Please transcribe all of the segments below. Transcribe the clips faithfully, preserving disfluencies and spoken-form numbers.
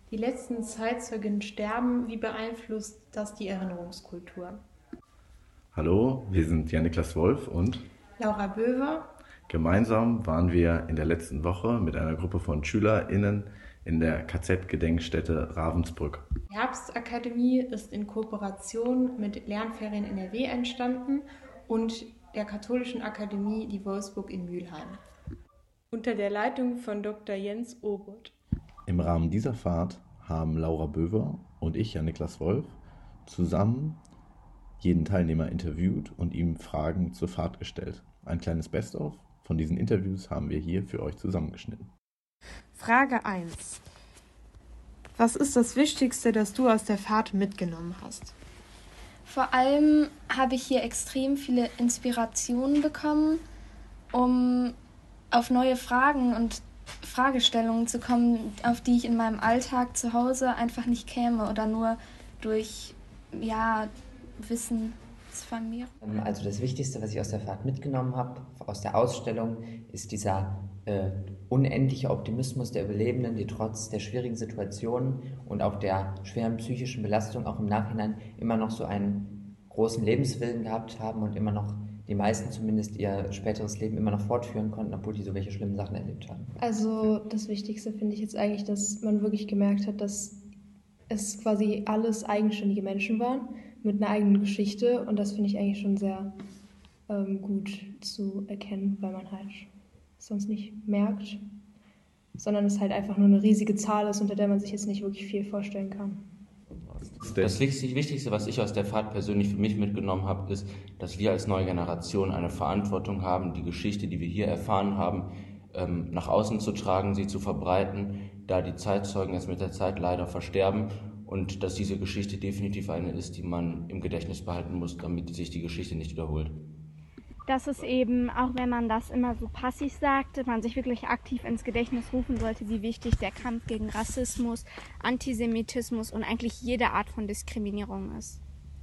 Die letzten Zeitzeugen sterben. Wie beeinflusst das die Erinnerungskultur? Hallo, wir sind Jan-Niklas Wolf und Laura Böver. Gemeinsam waren wir in der letzten Woche mit einer Gruppe von SchülerInnen in der K Z-Gedenkstätte Ravensbrück. Die Herbstakademie ist in Kooperation mit Lernferien N R W entstanden und der Katholischen Akademie die Wolfsburg in Mülheim. Unter der Leitung von Doktor Jens Obert. Im Rahmen dieser Fahrt haben Laura Böver und ich, Jan-Niklas Wolf, zusammen jeden Teilnehmer interviewt und ihm Fragen zur Fahrt gestellt. Ein kleines Best-of von diesen Interviews haben wir hier für euch zusammengeschnitten. Frage eins. Was ist das Wichtigste, das du aus der Fahrt mitgenommen hast? Vor allem habe ich hier extrem viele Inspirationen bekommen, um auf neue Fragen und Fragestellungen zu kommen, auf die ich in meinem Alltag zu Hause einfach nicht käme oder nur durch ja, Wissensvermehrung. Also das Wichtigste, was ich aus der Fahrt mitgenommen habe, aus der Ausstellung, ist dieser äh, unendliche Optimismus der Überlebenden, die trotz der schwierigen Situationen und auch der schweren psychischen Belastung auch im Nachhinein immer noch so einen großen Lebenswillen gehabt haben und immer noch, die meisten zumindest, ihr späteres Leben immer noch fortführen konnten, obwohl die so welche schlimmen Sachen erlebt haben. Also das Wichtigste finde ich jetzt eigentlich, dass man wirklich gemerkt hat, dass es quasi alles eigenständige Menschen waren mit einer eigenen Geschichte, und das finde ich eigentlich schon sehr ähm, gut zu erkennen, weil man halt sonst nicht merkt, sondern es halt einfach nur eine riesige Zahl ist, unter der man sich jetzt nicht wirklich viel vorstellen kann. Das Wichtigste, was ich aus der Fahrt persönlich für mich mitgenommen habe, ist, dass wir als neue Generation eine Verantwortung haben, die Geschichte, die wir hier erfahren haben, nach außen zu tragen, sie zu verbreiten, da die Zeitzeugen jetzt mit der Zeit leider versterben, und dass diese Geschichte definitiv eine ist, die man im Gedächtnis behalten muss, damit sich die Geschichte nicht wiederholt. Dass es eben, auch wenn man das immer so passiv sagt, man sich wirklich aktiv ins Gedächtnis rufen sollte, wie wichtig der Kampf gegen Rassismus, Antisemitismus und eigentlich jede Art von Diskriminierung ist.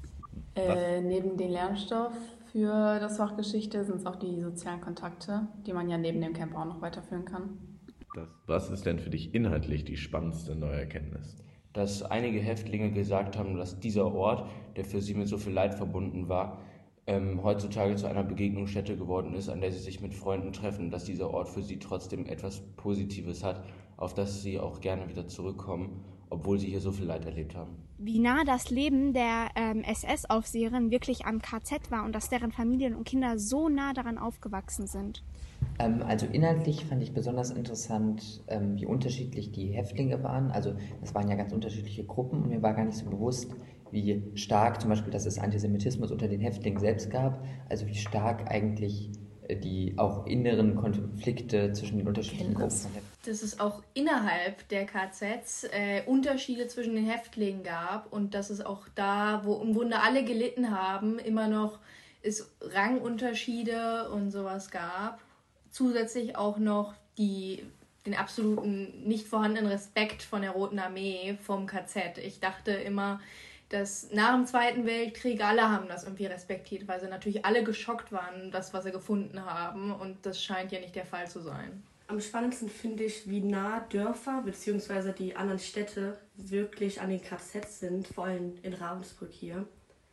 Äh, neben dem Lernstoff für das Fach Geschichte sind es auch die sozialen Kontakte, die man ja neben dem Camp auch noch weiterführen kann. Das, was ist denn für dich inhaltlich die spannendste neue Erkenntnis? Dass einige Häftlinge gesagt haben, dass dieser Ort, der für sie mit so viel Leid verbunden war, ähm, heutzutage zu einer Begegnungsstätte geworden ist, an der sie sich mit Freunden treffen, dass dieser Ort für sie trotzdem etwas Positives hat, auf das sie auch gerne wieder zurückkommen, obwohl sie hier so viel Leid erlebt haben. Wie nah das Leben der ähm, S S-Aufseherin wirklich am K Z war und dass deren Familien und Kinder so nah daran aufgewachsen sind. Ähm, also inhaltlich fand ich besonders interessant, ähm, wie unterschiedlich die Häftlinge waren. Also das waren ja ganz unterschiedliche Gruppen und mir war gar nicht so bewusst, wie stark zum Beispiel, dass es Antisemitismus unter den Häftlingen selbst gab, also wie stark eigentlich äh, die auch inneren Konflikte zwischen den unterschiedlichen Gruppen von Häftlingen. Dass es auch innerhalb der K Zs äh, Unterschiede zwischen den Häftlingen gab und dass es auch da, wo im Grunde alle gelitten haben, immer noch es Rangunterschiede und sowas gab. Zusätzlich auch noch die, den absoluten nicht vorhandenen Respekt von der Roten Armee vom K Z. Ich dachte immer, dass nach dem Zweiten Weltkrieg alle haben das irgendwie respektiert, weil sie natürlich alle geschockt waren, das, was sie gefunden haben. Und das scheint ja nicht der Fall zu sein. Am spannendsten finde ich, wie nah Dörfer bzw. die anderen Städte wirklich an den K Zs sind, vor allem in Ravensbrück hier.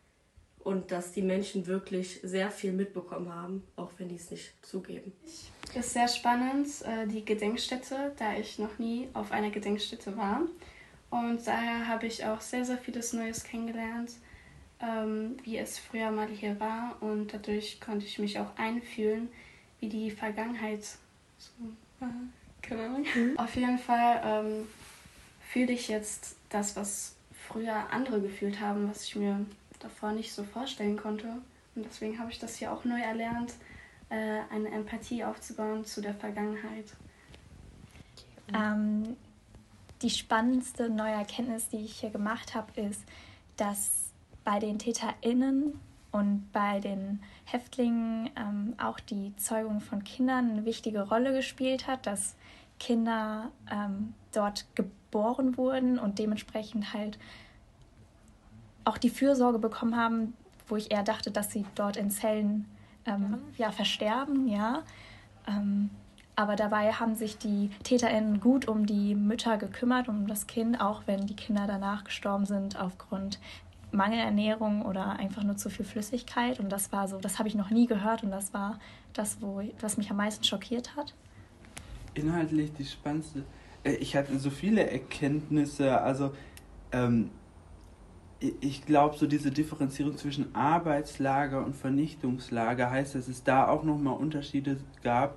Und dass die Menschen wirklich sehr viel mitbekommen haben, auch wenn die es nicht zugeben. Es ist sehr spannend, die Gedenkstätte, da ich noch nie auf einer Gedenkstätte war. Und daher habe ich auch sehr, sehr vieles Neues kennengelernt, wie es früher mal hier war. Und dadurch konnte ich mich auch einfühlen, wie die Vergangenheit so war. Keine Ahnung. Mhm. Auf jeden Fall ähm, fühle ich jetzt das, was früher andere gefühlt haben, was ich mir davor nicht so vorstellen konnte. Und deswegen habe ich das hier auch neu erlernt, äh, eine Empathie aufzubauen zu der Vergangenheit. Ähm, die spannendste neue Erkenntnis, die ich hier gemacht habe, ist, dass bei den TäterInnen und bei den Häftlingen ähm, auch die Zeugung von Kindern eine wichtige Rolle gespielt hat, dass Kinder ähm, dort geboren wurden und dementsprechend halt auch die Fürsorge bekommen haben, wo ich eher dachte, dass sie dort in Zellen ähm, ja, versterben, ja. Ähm, Aber dabei haben sich die TäterInnen gut um die Mütter gekümmert, um das Kind, auch wenn die Kinder danach gestorben sind aufgrund Mangelernährung oder einfach nur zu viel Flüssigkeit. Und das war so, das habe ich noch nie gehört und das war das, wo, was mich am meisten schockiert hat. Inhaltlich die spannendste. Ich hatte so viele Erkenntnisse, also ähm, ich glaube, so diese Differenzierung zwischen Arbeitslager und Vernichtungslager heißt, dass es da auch nochmal Unterschiede gab.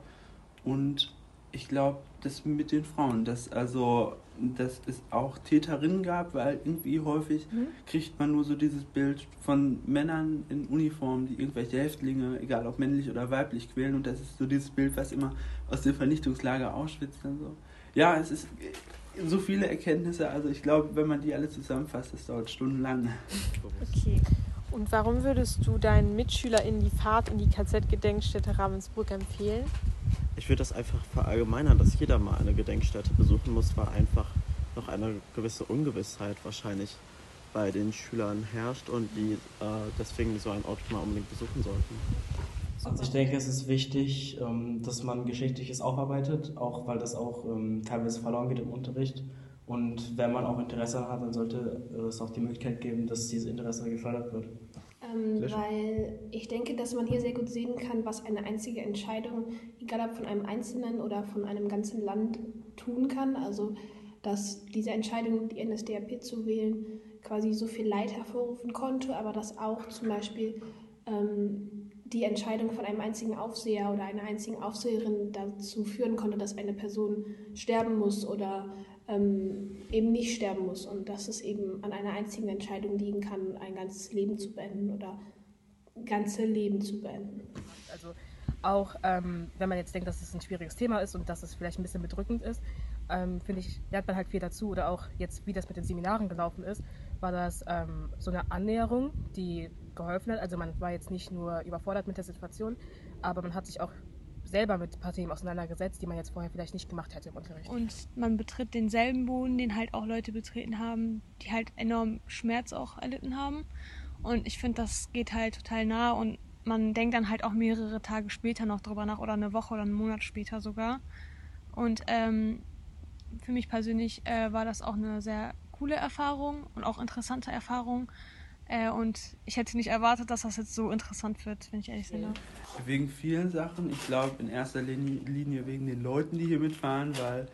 Und ich glaube, das mit den Frauen, dass, also, dass es auch Täterinnen gab, weil irgendwie häufig mhm. kriegt man nur so dieses Bild von Männern in Uniform, die irgendwelche Häftlinge, egal ob männlich oder weiblich, quälen. Und das ist so dieses Bild, was immer aus dem Vernichtungslager Auschwitz dann so. Ja, es ist so viele Erkenntnisse, also ich glaube, wenn man die alle zusammenfasst, das dauert stundenlang. Okay. Und warum würdest du deinen MitschülerInnen die Fahrt in die K Z-Gedenkstätte Ravensbrück empfehlen? Ich würde das einfach verallgemeinern, dass jeder mal eine Gedenkstätte besuchen muss, weil einfach noch eine gewisse Ungewissheit wahrscheinlich bei den Schülern herrscht und die äh, deswegen so einen Ort mal unbedingt besuchen sollten. Also ich denke, es ist wichtig, dass man Geschichtliches aufarbeitet, auch weil das auch teilweise verloren geht im Unterricht. Und wenn man auch Interesse hat, dann sollte es auch die Möglichkeit geben, dass dieses Interesse gefördert wird. Ähm, weil ich denke, dass man hier sehr gut sehen kann, was eine einzige Entscheidung, egal ob von einem Einzelnen oder von einem ganzen Land, tun kann. Also dass diese Entscheidung, die N S D A P zu wählen, quasi so viel Leid hervorrufen konnte, aber dass auch zum Beispiel ähm, die Entscheidung von einem einzigen Aufseher oder einer einzigen Aufseherin dazu führen konnte, dass eine Person sterben muss oder ähm, eben nicht sterben muss und dass es eben an einer einzigen Entscheidung liegen kann, ein ganzes Leben zu beenden oder ganze Leben zu beenden. Also auch ähm, wenn man jetzt denkt, dass es ein schwieriges Thema ist und dass es vielleicht ein bisschen bedrückend ist, ähm, finde ich, lernt man halt viel dazu. Oder auch jetzt, wie das mit den Seminaren gelaufen ist, war das ähm, so eine Annäherung, die geholfen hat. Also man war jetzt nicht nur überfordert mit der Situation, aber man hat sich auch selber mit ein paar Themen auseinandergesetzt, die man jetzt vorher vielleicht nicht gemacht hätte im Unterricht. Und man betritt denselben Boden, den halt auch Leute betreten haben, die halt enorm Schmerz auch erlitten haben. Und ich finde, das geht halt total nah und man denkt dann halt auch mehrere Tage später noch drüber nach oder eine Woche oder einen Monat später sogar. Und ähm, für mich persönlich äh, war das auch eine sehr coole Erfahrung und auch interessante Erfahrung. Äh, und ich hätte nicht erwartet, dass das jetzt so interessant wird, wenn ich ehrlich sein darf. Wegen vielen Sachen. Ich glaube in erster Linie wegen den Leuten, die hier mitfahren, weil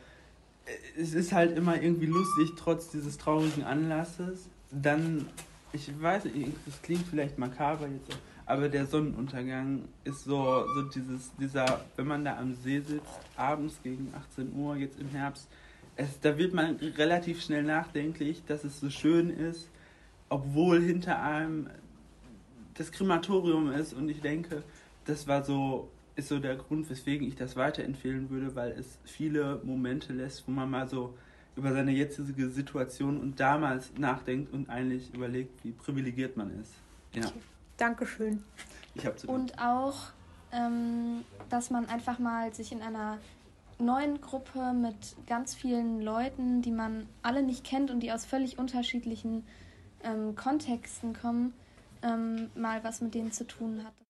es ist halt immer irgendwie lustig, trotz dieses traurigen Anlasses. Dann, ich weiß nicht, das klingt vielleicht makaber jetzt, aber der Sonnenuntergang ist so, so dieses, dieser, wenn man da am See sitzt, abends gegen achtzehn Uhr, jetzt im Herbst, es, da wird man relativ schnell nachdenklich, dass es so schön ist, obwohl hinter einem das Krematorium ist. Und ich denke, das war so, ist so der Grund, weswegen ich das weiterempfehlen würde, weil es viele Momente lässt, wo man mal so über seine jetzige Situation und damals nachdenkt und eigentlich überlegt, wie privilegiert man ist. Ja. Okay. Dankeschön. Ich hab zu Und auch, ähm, dass man einfach mal sich in einer neuen Gruppe mit ganz vielen Leuten, die man alle nicht kennt und die aus völlig unterschiedlichen ähm, Kontexten kommen, ähm, mal was mit denen zu tun hat.